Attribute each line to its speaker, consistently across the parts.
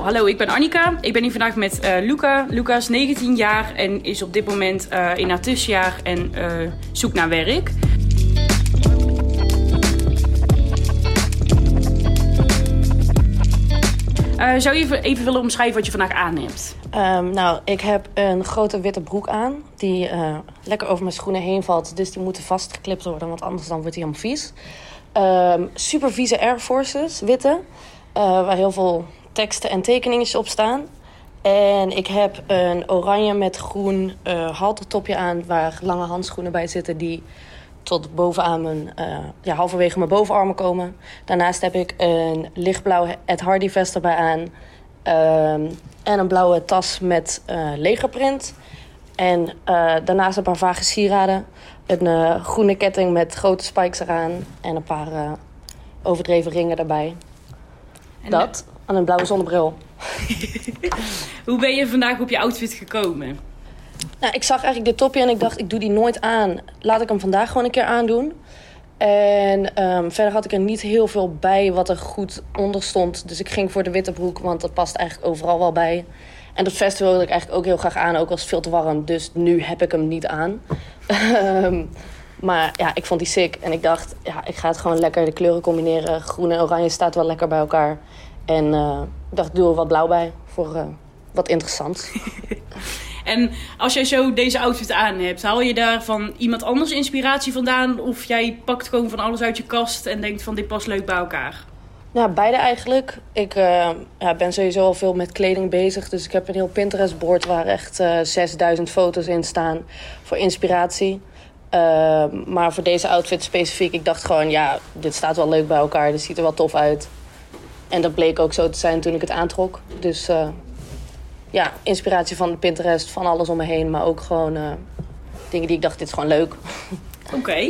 Speaker 1: hallo, ik ben Annika. Ik ben hier vandaag met Luca. Luca is 19 jaar en is op dit moment in haar tussenjaar en zoekt naar werk. Zou je even willen omschrijven wat je vandaag aan hebt?
Speaker 2: Ik heb een grote witte broek aan die lekker over mijn schoenen heen valt. Dus die moeten vastgeklipt worden, want anders dan wordt die helemaal vies. Super vieze Air Forces, witte, waar heel veel teksten en tekeningetjes op staan. En ik heb een oranje met groen haltertopje aan waar lange handschoenen bij zitten die tot bovenaan mijn, halverwege mijn bovenarmen komen. Daarnaast heb ik een lichtblauwe Ed Hardy vest erbij aan. En een blauwe tas met legerprint. En daarnaast een paar vage sieraden. Een groene ketting met grote spikes eraan. En een paar overdreven ringen erbij. En een blauwe zonnebril.
Speaker 1: Hoe ben je vandaag op je outfit gekomen?
Speaker 2: Nou, ik zag eigenlijk dit topje en ik dacht, ik doe die nooit aan. Laat ik hem vandaag gewoon een keer aandoen. En verder had ik er niet heel veel bij wat er goed onder stond. Dus ik ging voor de witte broek, want dat past eigenlijk overal wel bij. En dat vest wilde ik eigenlijk ook heel graag aan, ook als het veel te warm. Dus nu heb ik hem niet aan. Maar ja, ik vond die sick. En ik dacht, ja, ik ga het gewoon lekker de kleuren combineren. Groen en oranje staat wel lekker bij elkaar. En ik dacht, doe er wat blauw bij voor wat interessant.
Speaker 1: En als jij zo deze outfit aan hebt, haal je daar van iemand anders inspiratie vandaan? Of jij pakt gewoon van alles uit je kast en denkt van dit past leuk bij elkaar?
Speaker 2: Nou, beide eigenlijk. Ik ben sowieso al veel met kleding bezig. Dus ik heb een heel Pinterest-board waar echt 6000 foto's in staan voor inspiratie. Maar voor deze outfit specifiek, ik dacht gewoon, ja, dit staat wel leuk bij elkaar. Dit ziet er wel tof uit. En dat bleek ook zo te zijn toen ik het aantrok. Dus inspiratie van de Pinterest, van alles om me heen. Maar ook gewoon dingen die ik dacht, dit is gewoon leuk.
Speaker 1: Oké.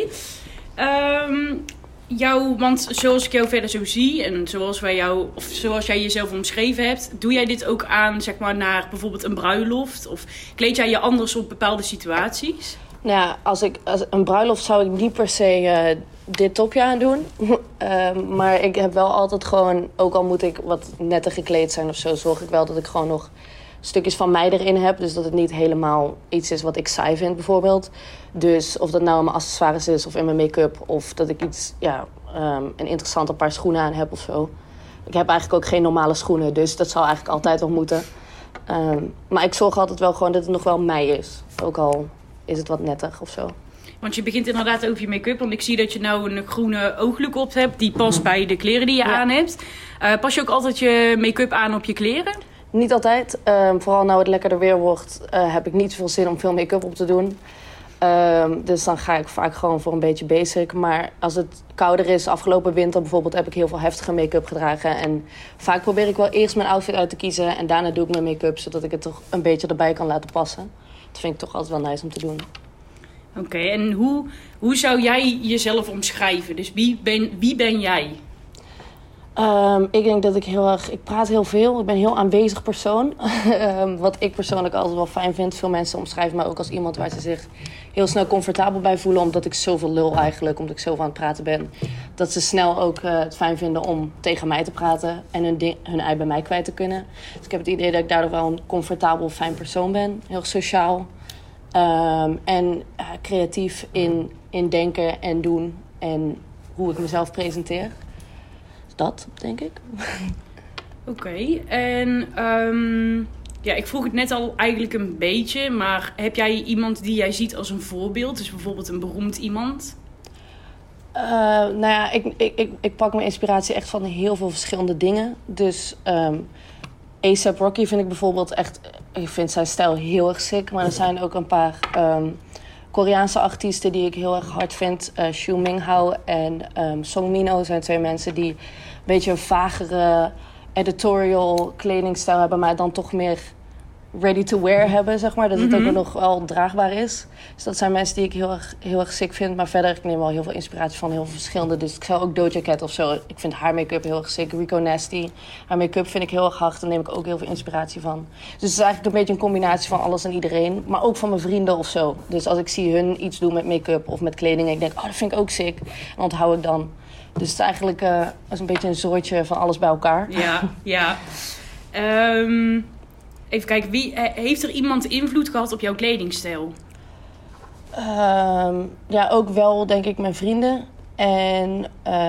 Speaker 1: Want zoals ik jou verder zo zie en zoals jij jezelf omschreven hebt, doe jij dit ook aan, zeg maar, naar bijvoorbeeld een bruiloft? Of kleed jij je anders op bepaalde situaties?
Speaker 2: Nou ja, als een bruiloft zou ik niet per se dit topje aan doen. Maar ik heb wel altijd gewoon, ook al moet ik wat netter gekleed zijn of zo, zorg ik wel dat ik gewoon nog stukjes van mij erin heb. Dus dat het niet helemaal iets is wat ik saai vind bijvoorbeeld. Dus of dat nou in mijn accessoires is of in mijn make-up. Of dat ik iets, een interessanter paar schoenen aan heb of zo. Ik heb eigenlijk ook geen normale schoenen. Dus dat zal eigenlijk altijd nog moeten. Maar ik zorg altijd wel gewoon dat het nog wel mij is. Ook al is het wat netter of zo.
Speaker 1: Want je begint inderdaad over je make-up. Want ik zie dat je nou een groene ooglook op hebt. Die past bij de kleren die je aan hebt. Pas je ook altijd je make-up aan op je kleren?
Speaker 2: Niet altijd. Vooral nou het lekkerder weer wordt, heb ik niet zoveel zin om veel make-up op te doen. Dus dan ga ik vaak gewoon voor een beetje basic. Maar als het kouder is, afgelopen winter bijvoorbeeld, heb ik heel veel heftige make-up gedragen. En vaak probeer ik wel eerst mijn outfit uit te kiezen. En daarna doe ik mijn make-up, zodat ik het toch een beetje erbij kan laten passen. Dat vind ik toch altijd wel nice om te doen.
Speaker 1: Oké, en hoe zou jij jezelf omschrijven? Dus wie ben jij?
Speaker 2: Ik denk dat ik praat heel veel. Ik ben een heel aanwezig persoon. Wat ik persoonlijk altijd wel fijn vind. Veel mensen omschrijven mij ook als iemand waar ze zich heel snel comfortabel bij voelen. Omdat ik zoveel lul eigenlijk, omdat ik zoveel aan het praten ben. Dat ze snel ook het fijn vinden om tegen mij te praten. En hun ei bij mij kwijt te kunnen. Dus ik heb het idee dat ik daardoor wel een comfortabel, fijn persoon ben. Heel sociaal. En creatief in denken en doen. En hoe ik mezelf presenteer. Dat, denk ik.
Speaker 1: Oké, en ik vroeg het net al eigenlijk een beetje, maar heb jij iemand die jij ziet als een voorbeeld? Dus bijvoorbeeld een beroemd iemand?
Speaker 2: Ik pak mijn inspiratie echt van heel veel verschillende dingen. Dus A$AP Rocky vind ik bijvoorbeeld echt, ik vind zijn stijl heel erg sick. Maar er zijn ook een paar Koreaanse artiesten die ik heel erg hard vind. Shu Minghao en Song Minho zijn twee mensen die een beetje een vagere editorial kledingstijl hebben, maar dan toch meer ready to wear hebben, zeg maar. Dat het ook nog wel draagbaar is. Dus dat zijn mensen die ik heel erg sick vind. Maar verder, ik neem wel heel veel inspiratie van heel veel verschillende. Dus ik zou ook Doja Cat of zo. Ik vind haar make-up heel erg sick. Rico Nasty. Haar make-up vind ik heel erg hard. Daar neem ik ook heel veel inspiratie van. Dus het is eigenlijk een beetje een combinatie van alles en iedereen. Maar ook van mijn vrienden of zo. Dus als ik zie hun iets doen met make-up of met kleding en ik denk, oh, dat vind ik ook sick. En onthoud ik dan. Dus het is eigenlijk een beetje een soortje van alles bij elkaar.
Speaker 1: Ja, ja. Even kijken, heeft er iemand invloed gehad op jouw kledingstijl?
Speaker 2: Ja, ook wel denk ik mijn vrienden. En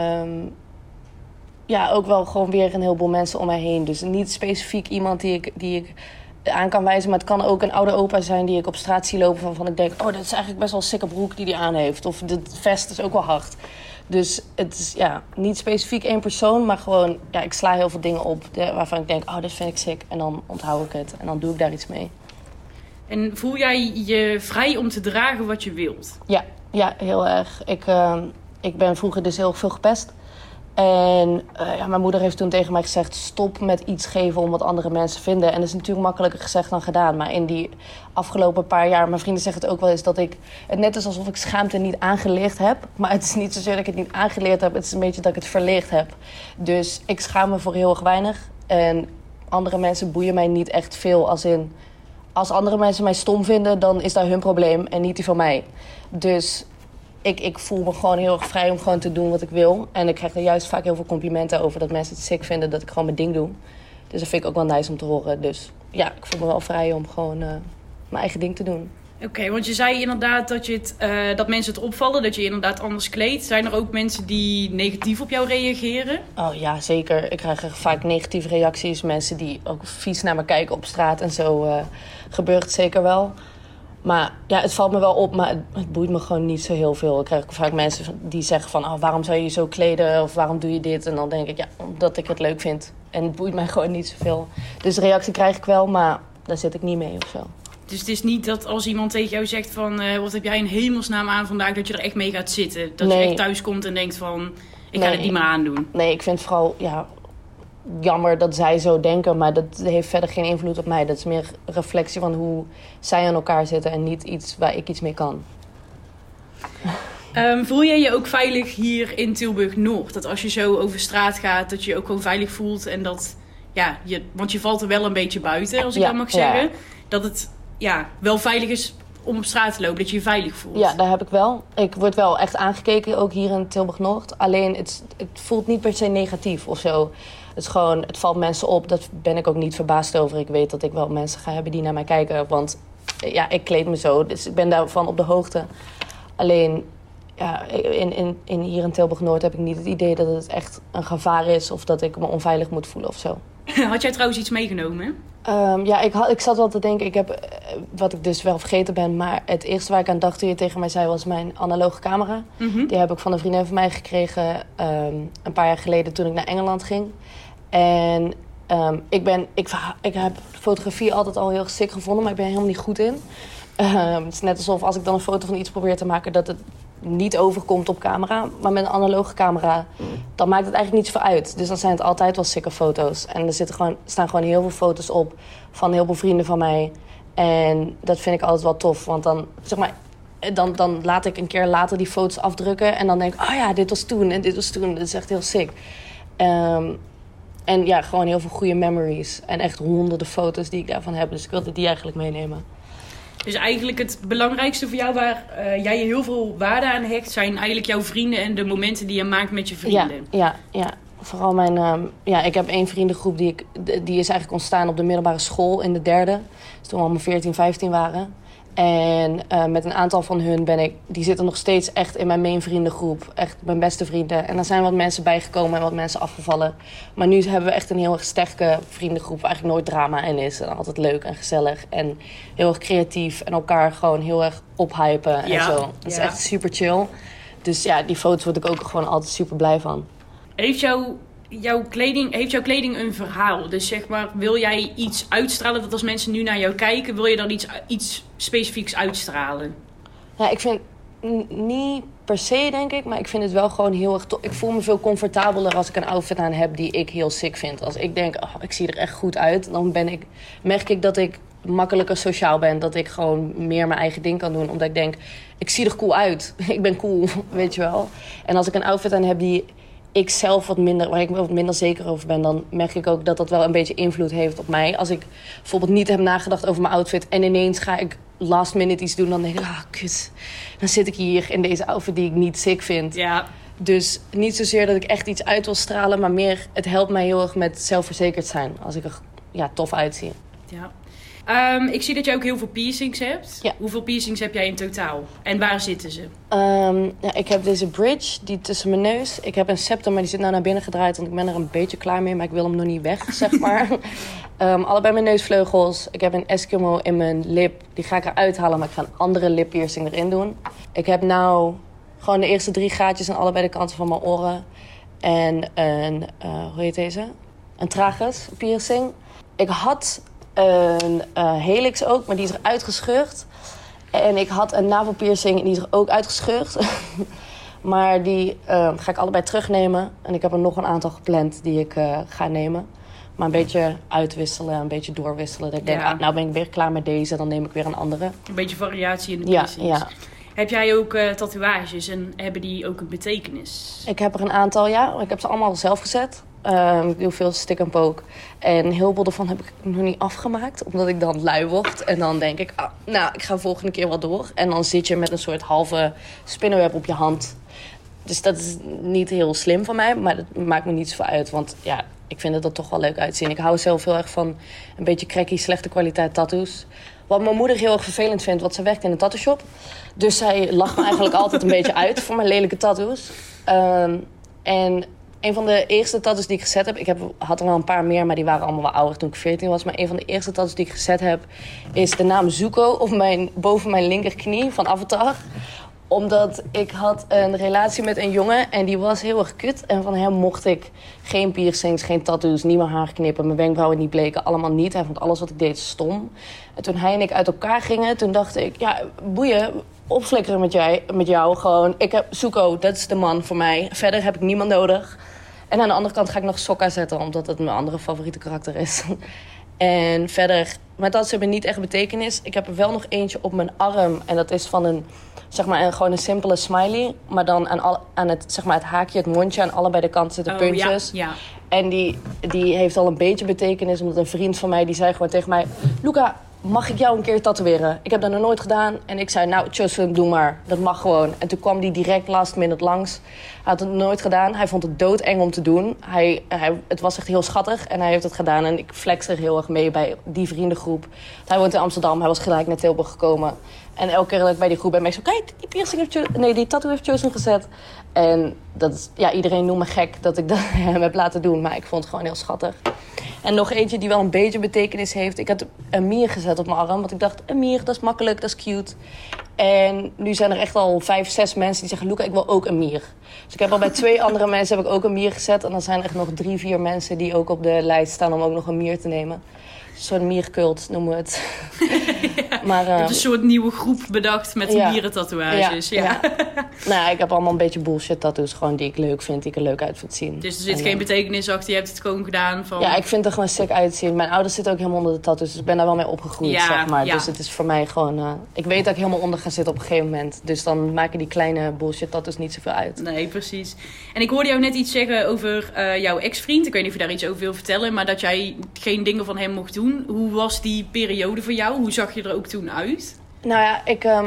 Speaker 2: ja, ook wel gewoon weer een heleboel mensen om mij heen. Dus niet specifiek iemand die ik aan kan wijzen. Maar het kan ook een oude opa zijn die ik op straat zie lopen. Waarvan ik denk, oh, dat is eigenlijk best wel een sikke broek die aan heeft. Of dit vest is ook wel hard. Dus het is niet specifiek één persoon. Maar gewoon, ik sla heel veel dingen op waarvan ik denk, oh, dit vind ik sick. En dan onthoud ik het. En dan doe ik daar iets mee.
Speaker 1: En voel jij je vrij om te dragen wat je wilt?
Speaker 2: Ja, heel erg. Ik ben vroeger dus heel veel gepest. En mijn moeder heeft toen tegen mij gezegd, stop met iets geven om wat andere mensen vinden. En dat is natuurlijk makkelijker gezegd dan gedaan. Maar in die afgelopen paar jaar, mijn vrienden zeggen het ook wel eens, dat het net is alsof ik schaamte niet aangeleerd heb. Maar het is niet zozeer dat ik het niet aangeleerd heb, het is een beetje dat ik het verleerd heb. Dus ik schaam me voor heel erg weinig. En andere mensen boeien mij niet echt veel, als andere mensen mij stom vinden, dan is dat hun probleem en niet die van mij. Dus ik voel me gewoon heel erg vrij om gewoon te doen wat ik wil. En ik krijg er juist vaak heel veel complimenten over dat mensen het sick vinden dat ik gewoon mijn ding doe. Dus dat vind ik ook wel nice om te horen. Dus ja, ik voel me wel vrij om gewoon mijn eigen ding te doen.
Speaker 1: Oké, want je zei inderdaad dat mensen het opvallen, dat je inderdaad anders kleedt. Zijn er ook mensen die negatief op jou reageren?
Speaker 2: Oh ja, zeker. Ik krijg er vaak negatieve reacties. Mensen die ook vies naar me kijken op straat en zo gebeurt het zeker wel. Maar ja, het valt me wel op, maar het boeit me gewoon niet zo heel veel. Ik krijg ook vaak mensen die zeggen van, oh, waarom zou je je zo kleden? Of waarom doe je dit? En dan denk ik, ja, omdat ik het leuk vind. En het boeit mij gewoon niet zoveel. Dus de reactie krijg ik wel, maar daar zit ik niet mee of zo.
Speaker 1: Dus het is niet dat als iemand tegen jou zegt van, wat heb jij in hemelsnaam aan vandaag, dat je er echt mee gaat zitten? Dat je echt thuis komt en denkt van, ik ga het niet meer aandoen.
Speaker 2: Nee, ik vind vooral, jammer dat zij zo denken, maar dat heeft verder geen invloed op mij. Dat is meer een reflectie van hoe zij aan elkaar zitten en niet iets waar ik iets mee kan.
Speaker 1: Voel jij je ook veilig hier in Tilburg-Noord? Dat als je zo over straat gaat, dat je je ook gewoon veilig voelt en dat, want je valt er wel een beetje buiten, als ik dat mag zeggen. Ja. Dat het wel veilig is om op straat te lopen, dat je je veilig voelt. Ja,
Speaker 2: daar heb ik wel. Ik word wel echt aangekeken, ook hier in Tilburg-Noord. Alleen, het voelt niet per se negatief of zo. Het is gewoon, het valt mensen op. Daar ben ik ook niet verbaasd over. Ik weet dat ik wel mensen ga hebben die naar mij kijken. Want ik kleed me zo. Dus ik ben daarvan op de hoogte. Alleen, hier in Tilburg-Noord heb ik niet het idee dat het echt een gevaar is. Of dat ik me onveilig moet voelen of zo.
Speaker 1: Had jij trouwens iets meegenomen?
Speaker 2: Ik zat wel te denken, ik heb, wat ik dus wel vergeten ben, maar het eerste waar ik aan dacht toen je tegen mij zei, was mijn analoge camera. Mm-hmm. Die heb ik van een vriendin van mij gekregen een paar jaar geleden toen ik naar Engeland ging. En ik heb fotografie altijd al heel sick gevonden, maar ik ben er helemaal niet goed in. Het is net alsof als ik dan een foto van iets probeer te maken, dat het niet overkomt op camera. Maar met een analoge camera, dan maakt het eigenlijk niet zoveel uit. Dus dan zijn het altijd wel sicke foto's. En er staan gewoon heel veel foto's op van heel veel vrienden van mij. En dat vind ik altijd wel tof. Want dan laat ik een keer later die foto's afdrukken. En dan denk ik, oh ja, dit was toen en dit was toen. Dat is echt heel sick. En ja, gewoon heel veel goede memories. En echt honderden foto's die ik daarvan heb. Dus ik wilde die eigenlijk meenemen.
Speaker 1: Dus eigenlijk het belangrijkste voor jou waar jij heel veel waarde aan hecht, zijn eigenlijk jouw vrienden en de momenten die je maakt met je vrienden.
Speaker 2: Ja. Vooral mijn... ik heb één vriendengroep die is eigenlijk ontstaan op de middelbare school in de derde. Dus toen we allemaal 14, 15 waren. En met een aantal van hun die zitten nog steeds echt in mijn main vriendengroep. Echt mijn beste vrienden. En er zijn wat mensen bijgekomen en wat mensen afgevallen. Maar nu hebben we echt een heel erg sterke vriendengroep. Waar eigenlijk nooit drama in is. En altijd leuk en gezellig. En heel erg creatief. En elkaar gewoon heel erg ophypen en zo. Dat is echt super chill. Dus ja, die foto's word ik ook gewoon altijd super blij van.
Speaker 1: Heeft jouw kleding een verhaal? Dus zeg maar, wil jij iets uitstralen dat als mensen nu naar jou kijken, wil je dan iets specifieks uitstralen?
Speaker 2: Ja, ik vind niet per se, denk ik, maar ik vind het wel gewoon heel erg tof. Ik voel me veel comfortabeler als ik een outfit aan heb die ik heel sick vind. Als ik denk, ik zie er echt goed uit, dan merk ik dat ik makkelijker sociaal ben. Dat ik gewoon meer mijn eigen ding kan doen. Omdat ik denk, ik zie er cool uit. Ik ben cool, weet je wel. En als ik een outfit aan heb die ik zelf waar ik wat minder zeker over ben, dan merk ik ook dat dat wel een beetje invloed heeft op mij. Als ik bijvoorbeeld niet heb nagedacht over mijn outfit en ineens ga ik last minute iets doen, dan denk ik, kut. Dan zit ik hier in deze outfit die ik niet sick vind.
Speaker 1: Ja.
Speaker 2: Dus niet zozeer dat ik echt iets uit wil stralen, maar meer, het helpt mij heel erg met zelfverzekerd zijn. Als ik er tof uitzie.
Speaker 1: Ja. Ik zie dat jij ook heel veel piercings hebt.
Speaker 2: Ja.
Speaker 1: Hoeveel piercings heb jij in totaal? En waar zitten ze?
Speaker 2: Ik heb deze bridge, die tussen mijn neus. Ik heb een septum, maar die zit nou naar binnen gedraaid. Want ik ben er een beetje klaar mee, maar ik wil hem nog niet weg, zeg maar. Allebei mijn neusvleugels. Ik heb een Eskimo in mijn lip. Die ga ik eruit halen, maar ik ga een andere lippiercing erin doen. Ik heb nou gewoon de eerste 3 gaatjes aan allebei de kanten van mijn oren. En een, hoe heet deze? Een tragus piercing. Ik had een helix ook, maar die is er uitgescheurd. En ik had een navelpiercing en die is er ook uitgescheurd. Maar die ga ik allebei terugnemen. En ik heb er nog een aantal gepland die ik ga nemen. Maar een beetje uitwisselen, een beetje doorwisselen. Dat ik denk, nou ben ik weer klaar met deze, dan neem ik weer een andere.
Speaker 1: Een beetje variatie in de piercings. Ja. Heb jij ook tatoeages en hebben die ook een betekenis?
Speaker 2: Ik heb er een aantal, ja. Ik heb ze allemaal zelf gezet. Ik doe veel stick and poke. En heel veel ervan heb ik nog niet afgemaakt. Omdat ik dan lui word. En dan denk ik, ik ga volgende keer wel door. En dan zit je met een soort halve spinnenweb op je hand. Dus dat is niet heel slim van mij. Maar dat maakt me niet zoveel uit. Want ja, ik vind het er toch wel leuk uitzien. Ik hou zelf heel erg van een beetje cracky, slechte kwaliteit tattoos. Wat mijn moeder heel erg vervelend vindt, want ze werkt in een tattoo-shop. Dus zij lacht me eigenlijk altijd een beetje uit voor mijn lelijke tattoos. En een van de eerste tattoos die ik gezet heb... had er wel een paar meer, maar die waren allemaal wel ouder toen ik 14 was. Maar een van de eerste tattoos die ik gezet heb... is de naam Zuko boven mijn linkerknie van Avatar. Omdat ik had een relatie met een jongen en die was heel erg kut. En van hem mocht ik geen piercings, geen tattoos, niet mijn haar knippen. Mijn wenkbrauwen niet bleken, allemaal niet. Hij vond alles wat ik deed stom. En toen hij en ik uit elkaar gingen, toen dacht ik... ja, boeien, opflikkeren met jou gewoon. Zuko, dat is de man voor mij. Verder heb ik niemand nodig. En aan de andere kant ga ik nog Sokka zetten, omdat het mijn andere favoriete karakter is. En verder, maar dat hebben niet echt betekenis. Ik heb er wel nog eentje op mijn arm. En dat is van gewoon een simpele smiley. Maar dan aan het haakje, het mondje, aan allebei de kanten zitten puntjes.
Speaker 1: Ja.
Speaker 2: En die heeft al een beetje betekenis. Omdat een vriend van mij, die zei gewoon tegen mij... Luca, mag ik jou een keer tatoeëren? Ik heb dat nog nooit gedaan. En ik zei, nou, tjus, doe maar. Dat mag gewoon. En toen kwam die direct last minute langs. Hij had het nooit gedaan. Hij vond het doodeng om te doen. Het was echt heel schattig. En hij heeft het gedaan. En ik flex er heel erg mee bij die vriendengroep. Hij woont in Amsterdam. Hij was gelijk naar Tilburg gekomen. En elke keer dat ik bij die groep ben, ben ik zo... Kijk, die tattoo heeft Tjus gezet. En dat is, iedereen noemt me gek dat ik dat hem heb laten doen. Maar ik vond het gewoon heel schattig. En nog eentje die wel een beetje betekenis heeft. Ik had een mier gezet op mijn arm. Want ik dacht, een mier, dat is makkelijk, dat is cute. En nu zijn er echt al 5, 6 mensen die zeggen... Luca, ik wil ook een mier. Dus ik heb al bij 2 andere mensen heb ik ook een mier gezet. En dan zijn er echt nog 3, 4 mensen die ook op de lijst staan... om ook nog een mier te nemen. Een soort miercult noemen we het.
Speaker 1: Ja, maar, je hebt een soort nieuwe groep bedacht met mierentatoeages. Ja.
Speaker 2: Nou ja, ik heb allemaal een beetje bullshit tattoos gewoon die ik leuk vind, die ik er leuk uit vind zien.
Speaker 1: Dus er zit geen betekenis achter, je hebt het gewoon gedaan van...
Speaker 2: Ja, ik vind er gewoon sick uitzien. Mijn ouders zitten ook helemaal onder de tattoos, dus ik ben daar wel mee opgegroeid, zeg maar. Ja. Dus het is voor mij gewoon... ik weet dat ik helemaal onder ga zitten op een gegeven moment. Dus dan maken die kleine bullshit tattoos niet zoveel uit.
Speaker 1: Nee, precies. En ik hoorde jou net iets zeggen over jouw ex-vriend. Ik weet niet of je daar iets over wil vertellen, maar dat jij geen dingen van hem mocht doen. Hoe was die periode voor jou? Hoe zag je er ook toen uit? Nou ja,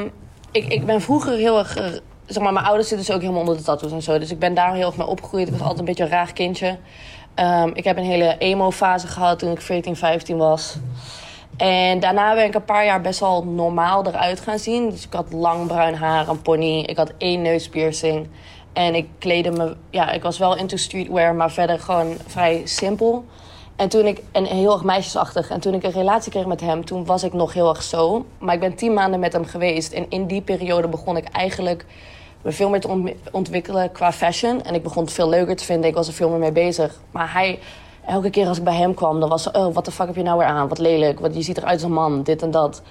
Speaker 2: ik ben vroeger heel erg... zeg maar, mijn ouders zitten dus ook helemaal onder de tattoos en zo. Dus ik ben daar heel erg mee opgegroeid. Ik was altijd een beetje een raar kindje. Ik heb een hele emo-fase gehad toen ik 14, 15 was. En daarna ben ik een paar jaar best wel normaal eruit gaan zien. Dus ik had lang bruin haar, een pony. Ik had 1 neuspiercing. En ik kleedde me... Ja, ik was wel into streetwear, maar verder gewoon vrij simpel. En heel erg meisjesachtig. En toen ik een relatie kreeg met hem, toen was ik nog heel erg zo. Maar ik ben 10 maanden met hem geweest. En in die periode begon ik eigenlijk me veel meer te ontwikkelen qua fashion. En ik begon het veel leuker te vinden. Ik was er veel meer mee bezig. Maar elke keer als ik bij hem kwam, dan was ze... Oh, wat de fuck heb je nou weer aan? Wat lelijk. Je ziet eruit als een man. Dit en dat.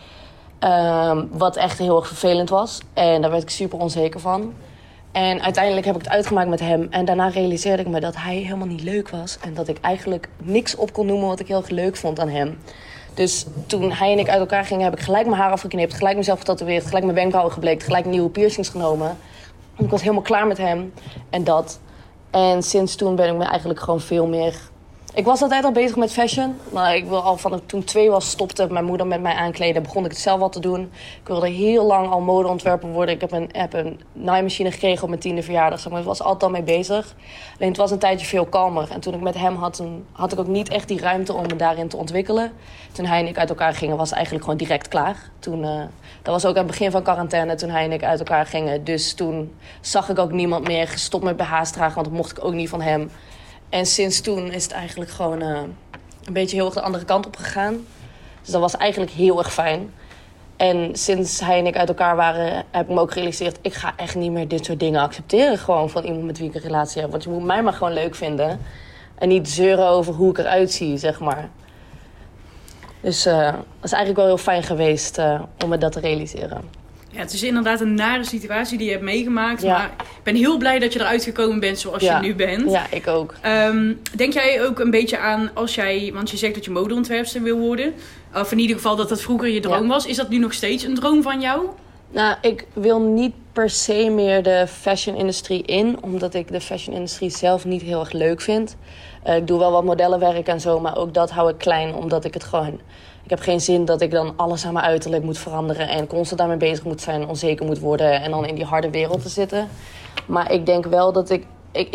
Speaker 2: Wat echt heel erg vervelend was. En daar werd ik super onzeker van. En uiteindelijk heb ik het uitgemaakt met hem. En daarna realiseerde ik me dat hij helemaal niet leuk was. En dat ik eigenlijk niks op kon noemen wat ik heel erg leuk vond aan hem. Dus toen hij en ik uit elkaar gingen, heb ik gelijk mijn haar afgeknipt. Gelijk mezelf getatoeëerd. Gelijk mijn wenkbrauwen gebleekt. Gelijk nieuwe piercings genomen. En ik was helemaal klaar met hem. En sinds toen ben ik me eigenlijk gewoon veel meer Ik was altijd al bezig met fashion. Maar ik wil al vanaf toen 2 was, stopte mijn moeder met mij aankleden. Begon ik het zelf al te doen. Ik wilde heel lang al modeontwerper worden. Ik heb een naaimachine gekregen op mijn 10e verjaardag. Maar ik was altijd al mee bezig. Alleen het was een tijdje veel kalmer. En toen ik met hem had ik ook niet echt die ruimte om me daarin te ontwikkelen. Toen hij en ik uit elkaar gingen, was het eigenlijk gewoon direct klaar. Dat was ook aan het begin van quarantaine toen hij en ik uit elkaar gingen. Dus toen zag ik ook niemand meer. Gestopt met BH's dragen, want dat mocht ik ook niet van hem. En sinds toen is het eigenlijk gewoon een beetje heel erg de andere kant op gegaan. Dus dat was eigenlijk heel erg fijn. En sinds hij en ik uit elkaar waren, heb ik me ook gerealiseerd... ik ga echt niet meer dit soort dingen accepteren gewoon van iemand met wie ik een relatie heb. Want je moet mij maar gewoon leuk vinden. En niet zeuren over hoe ik eruit zie, zeg maar. Dus dat is eigenlijk wel heel fijn geweest om me dat te realiseren.
Speaker 1: Ja, het is inderdaad een nare situatie die je hebt meegemaakt. Ja. Maar ik ben heel blij dat je eruit gekomen bent zoals je nu bent.
Speaker 2: Ja, ik ook.
Speaker 1: Denk jij ook een beetje aan als jij... want je zegt dat je modeontwerpster wil worden. Of in ieder geval dat dat vroeger je droom was. Is dat nu nog steeds een droom van jou?
Speaker 2: Nou, ik wil niet per se meer de fashion-industrie in. Omdat ik de fashion-industrie zelf niet heel erg leuk vind. Ik doe wel wat modellenwerk en zo. Maar ook dat hou ik klein omdat ik het gewoon... Ik heb geen zin dat ik dan alles aan mijn uiterlijk moet veranderen... en constant daarmee bezig moet zijn, onzeker moet worden... en dan in die harde wereld te zitten. Maar ik denk wel dat ik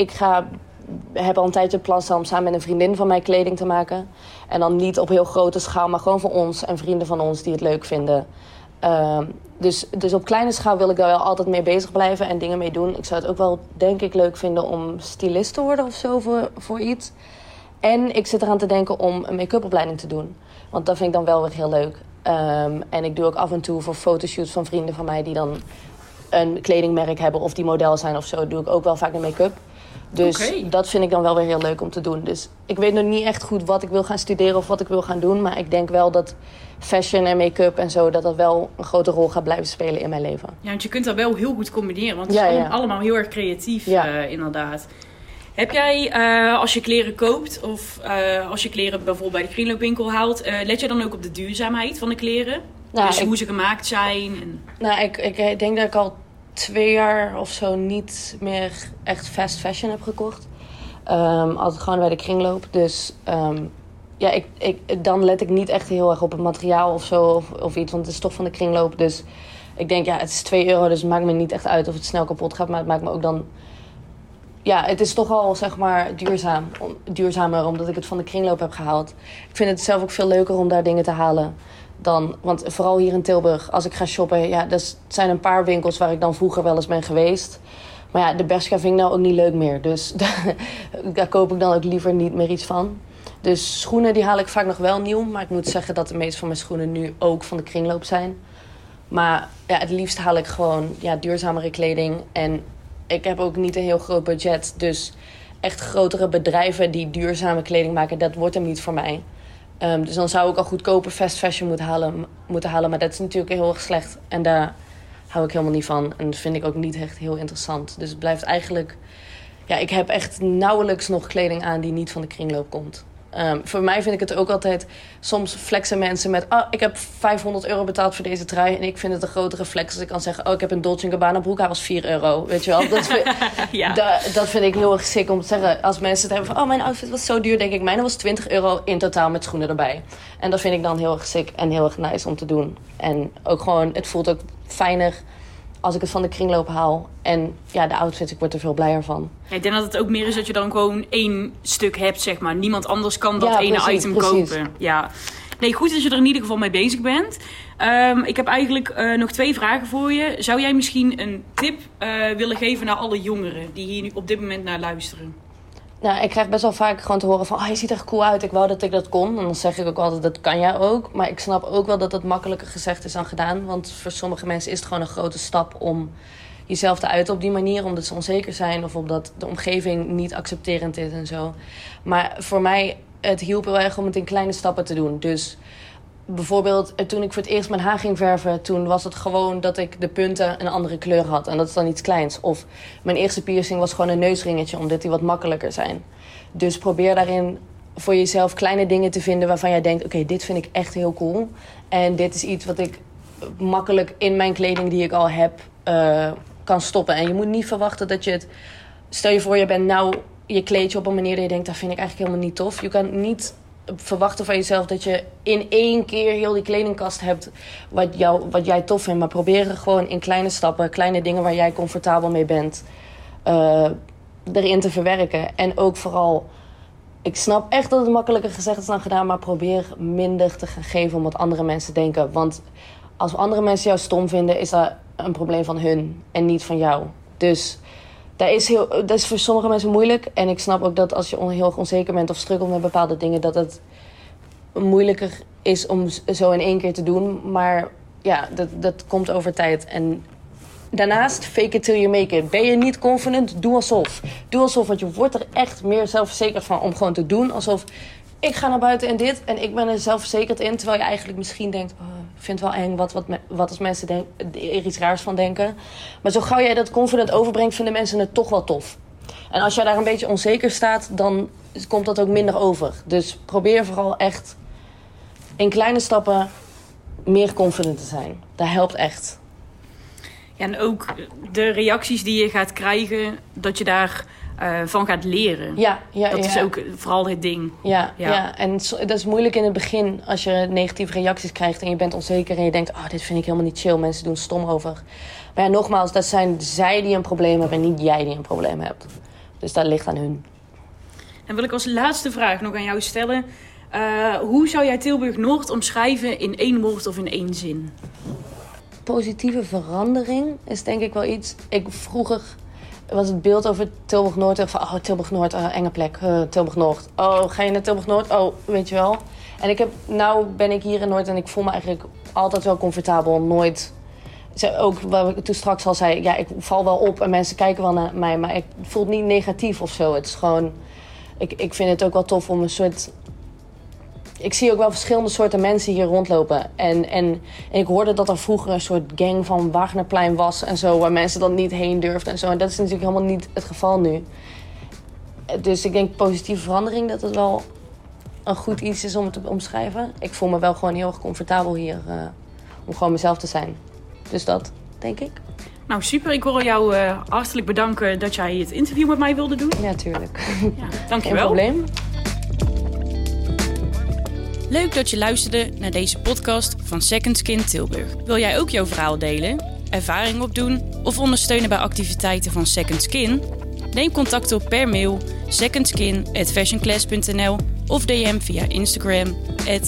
Speaker 2: heb al een tijdje het plan staan om samen met een vriendin van mij kleding te maken. En dan niet op heel grote schaal, maar gewoon voor ons en vrienden van ons die het leuk vinden. Dus op kleine schaal wil ik daar wel altijd mee bezig blijven en dingen mee doen. Ik zou het ook wel, denk ik, leuk vinden om stylist te worden of zo voor iets. En ik zit eraan te denken om een make-up opleiding te doen. Want dat vind ik dan wel weer heel leuk. En ik doe ook af en toe voor fotoshoots van vrienden van mij... die dan een kledingmerk hebben of die model zijn of zo... doe ik ook wel vaak een make-up. Dus dat vind ik dan wel weer heel leuk om te doen. Dus ik weet nog niet echt goed wat ik wil gaan studeren of wat ik wil gaan doen. Maar ik denk wel dat fashion en make-up en zo... dat wel een grote rol gaat blijven spelen in mijn leven.
Speaker 1: Ja, want je kunt dat wel heel goed combineren. Want het is allemaal heel erg creatief, inderdaad. Heb jij, als je kleren koopt of als je kleren bijvoorbeeld bij de kringloopwinkel haalt... let je dan ook op de duurzaamheid van de kleren? Nou, dus hoe ze gemaakt zijn? En...
Speaker 2: Nou, ik denk dat ik al 2 jaar of zo niet meer echt fast fashion heb gekocht. Altijd gewoon bij de kringloop. Dus dan let ik niet echt heel erg op het materiaal of zo of iets. Want het is toch van de kringloop. Dus ik denk, het is €2. Dus het maakt me niet echt uit of het snel kapot gaat. Maar het maakt me ook dan... Ja, het is toch al, zeg maar, duurzamer omdat ik het van de kringloop heb gehaald. Ik vind het zelf ook veel leuker om daar dingen te halen dan... Want vooral hier in Tilburg, als ik ga shoppen... er zijn een paar winkels waar ik dan vroeger wel eens ben geweest. Maar de Bershka vind ik nou ook niet leuk meer. Dus daar koop ik dan ook liever niet meer iets van. Dus schoenen, die haal ik vaak nog wel nieuw. Maar ik moet zeggen dat de meeste van mijn schoenen nu ook van de kringloop zijn. Maar het liefst haal ik gewoon duurzamere kleding. En ik heb ook niet een heel groot budget. Dus echt grotere bedrijven die duurzame kleding maken, dat wordt hem niet voor mij. Dus dan zou ik al goedkope fast fashion moeten halen. Maar dat is natuurlijk heel erg slecht. En daar hou ik helemaal niet van. En dat vind ik ook niet echt heel interessant. Dus het blijft eigenlijk... ik heb echt nauwelijks nog kleding aan die niet van de kringloop komt. Voor mij vind ik het ook altijd... Soms flexen mensen met... ik heb €500 betaald voor deze trui. En ik vind het een grotere flex als ik kan zeggen... ik heb een Dolce & Gabbana broek, hij was €4. Weet je wel? Dat vind ik heel erg sick om te zeggen. Als mensen het hebben van... mijn outfit was zo duur, denk ik... Mijn was €20 in totaal met schoenen erbij. En dat vind ik dan heel erg sick en heel erg nice om te doen. En ook gewoon... Het voelt ook fijner als ik het van de kringloop haal. En de outfits, ik word er veel blijer van.
Speaker 1: Ja, ik denk dat het ook meer is dat je dan gewoon 1 stuk hebt, zeg maar. Niemand anders kan dat ene item kopen. Ja. Nee, goed dat je er in ieder geval mee bezig bent. Ik heb eigenlijk nog 2 vragen voor je. Zou jij misschien een tip willen geven naar alle jongeren die hier nu op dit moment naar luisteren?
Speaker 2: Nou, ik krijg best wel vaak gewoon te horen van... je ziet er echt cool uit, ik wou dat ik dat kon. En dan zeg ik ook altijd, dat kan jij ook. Maar ik snap ook wel dat het makkelijker gezegd is dan gedaan. Want voor sommige mensen is het gewoon een grote stap om jezelf te uiten op die manier. Omdat ze onzeker zijn of omdat de omgeving niet accepterend is en zo. Maar voor mij, het hielp heel erg om het in kleine stappen te doen. Dus bijvoorbeeld, toen ik voor het eerst mijn haar ging verven... toen was het gewoon dat ik de punten een andere kleur had. En dat is dan iets kleins. Of mijn eerste piercing was gewoon een neusringetje... omdat die wat makkelijker zijn. Dus probeer daarin voor jezelf kleine dingen te vinden... waarvan jij denkt, oké, dit vind ik echt heel cool. En dit is iets wat ik makkelijk in mijn kleding die ik al heb... kan stoppen. En je moet niet verwachten dat je het... Stel je voor, je bent nou je kleed je op een manier dat je denkt, dat vind ik eigenlijk helemaal niet tof. Je kan niet verwachten van jezelf dat je in 1 keer heel die kledingkast hebt wat jij tof vindt. Maar probeer gewoon in kleine stappen, kleine dingen waar jij comfortabel mee bent, erin te verwerken. En ook vooral, ik snap echt dat het makkelijker gezegd is dan gedaan, maar probeer minder te gaan geven om wat andere mensen denken. Want als andere mensen jou stom vinden, is dat een probleem van hun en niet van jou. Dus dat is voor sommige mensen moeilijk. En ik snap ook dat als je heel onzeker bent of struggelt met bepaalde dingen, dat het moeilijker is om zo in 1 keer te doen. Maar ja, dat komt over tijd. En daarnaast, fake it till you make it. Ben je niet confident? Doe alsof. Doe alsof, want je wordt er echt meer zelfverzekerd van om gewoon te doen. Alsof, ik ga naar buiten en dit en ik ben er zelfverzekerd in. Terwijl je eigenlijk misschien denkt, ik vind het wel eng wat als mensen er iets raars van denken. Maar zo gauw jij dat confident overbrengt, vinden mensen het toch wel tof. En als jij daar een beetje onzeker staat, dan komt dat ook minder over. Dus probeer vooral echt in kleine stappen meer confident te zijn. Dat helpt echt.
Speaker 1: Ja, en ook de reacties die je gaat krijgen, dat je daar van gaat leren. Dat is ook vooral het ding.
Speaker 2: Ja, en dat is moeilijk in het begin als je negatieve reacties krijgt en je bent onzeker en je denkt, dit vind ik helemaal niet chill, mensen doen stom over. Maar ja, nogmaals, dat zijn zij die een probleem hebben en niet jij die een probleem hebt. Dus dat ligt aan hun.
Speaker 1: En wil ik als laatste vraag nog aan jou stellen. Hoe zou jij Tilburg-Noord omschrijven in 1 woord of in 1 zin?
Speaker 2: Positieve verandering is denk ik wel iets. Vroeger was het beeld over Tilburg-Noord van Tilburg-Noord, enge plek, Tilburg-Noord. Ga je naar Tilburg-Noord? Weet je wel. En nou ben ik hier in Noord en ik voel me eigenlijk altijd wel comfortabel. Nooit, ook wat ik toen straks al zei, ik val wel op en mensen kijken wel naar mij, maar ik voel het niet negatief of zo. Het is gewoon, ik vind het ook wel tof om een soort. Ik zie ook wel verschillende soorten mensen hier rondlopen. En ik hoorde dat er vroeger een soort gang van Wagnerplein was en zo, waar mensen dan niet heen durfden en zo. En dat is natuurlijk helemaal niet het geval nu. Dus ik denk positieve verandering, dat het wel een goed iets is om te omschrijven. Ik voel me wel gewoon heel erg comfortabel hier om gewoon mezelf te zijn. Dus dat, denk ik.
Speaker 1: Nou, super. Ik wil jou hartelijk bedanken dat jij het interview met mij wilde doen.
Speaker 2: Ja, tuurlijk.
Speaker 1: Ja, dankjewel.
Speaker 2: Geen probleem.
Speaker 1: Leuk dat je luisterde naar deze podcast van Second Skin Tilburg. Wil jij ook jouw verhaal delen, ervaring opdoen of ondersteunen bij activiteiten van Second Skin? Neem contact op per mail secondskin@fashionclass.nl of DM via Instagram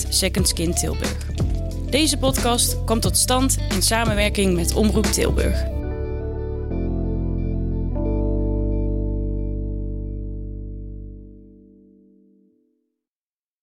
Speaker 1: @secondskintilburg. Deze podcast kwam tot stand in samenwerking met Omroep Tilburg.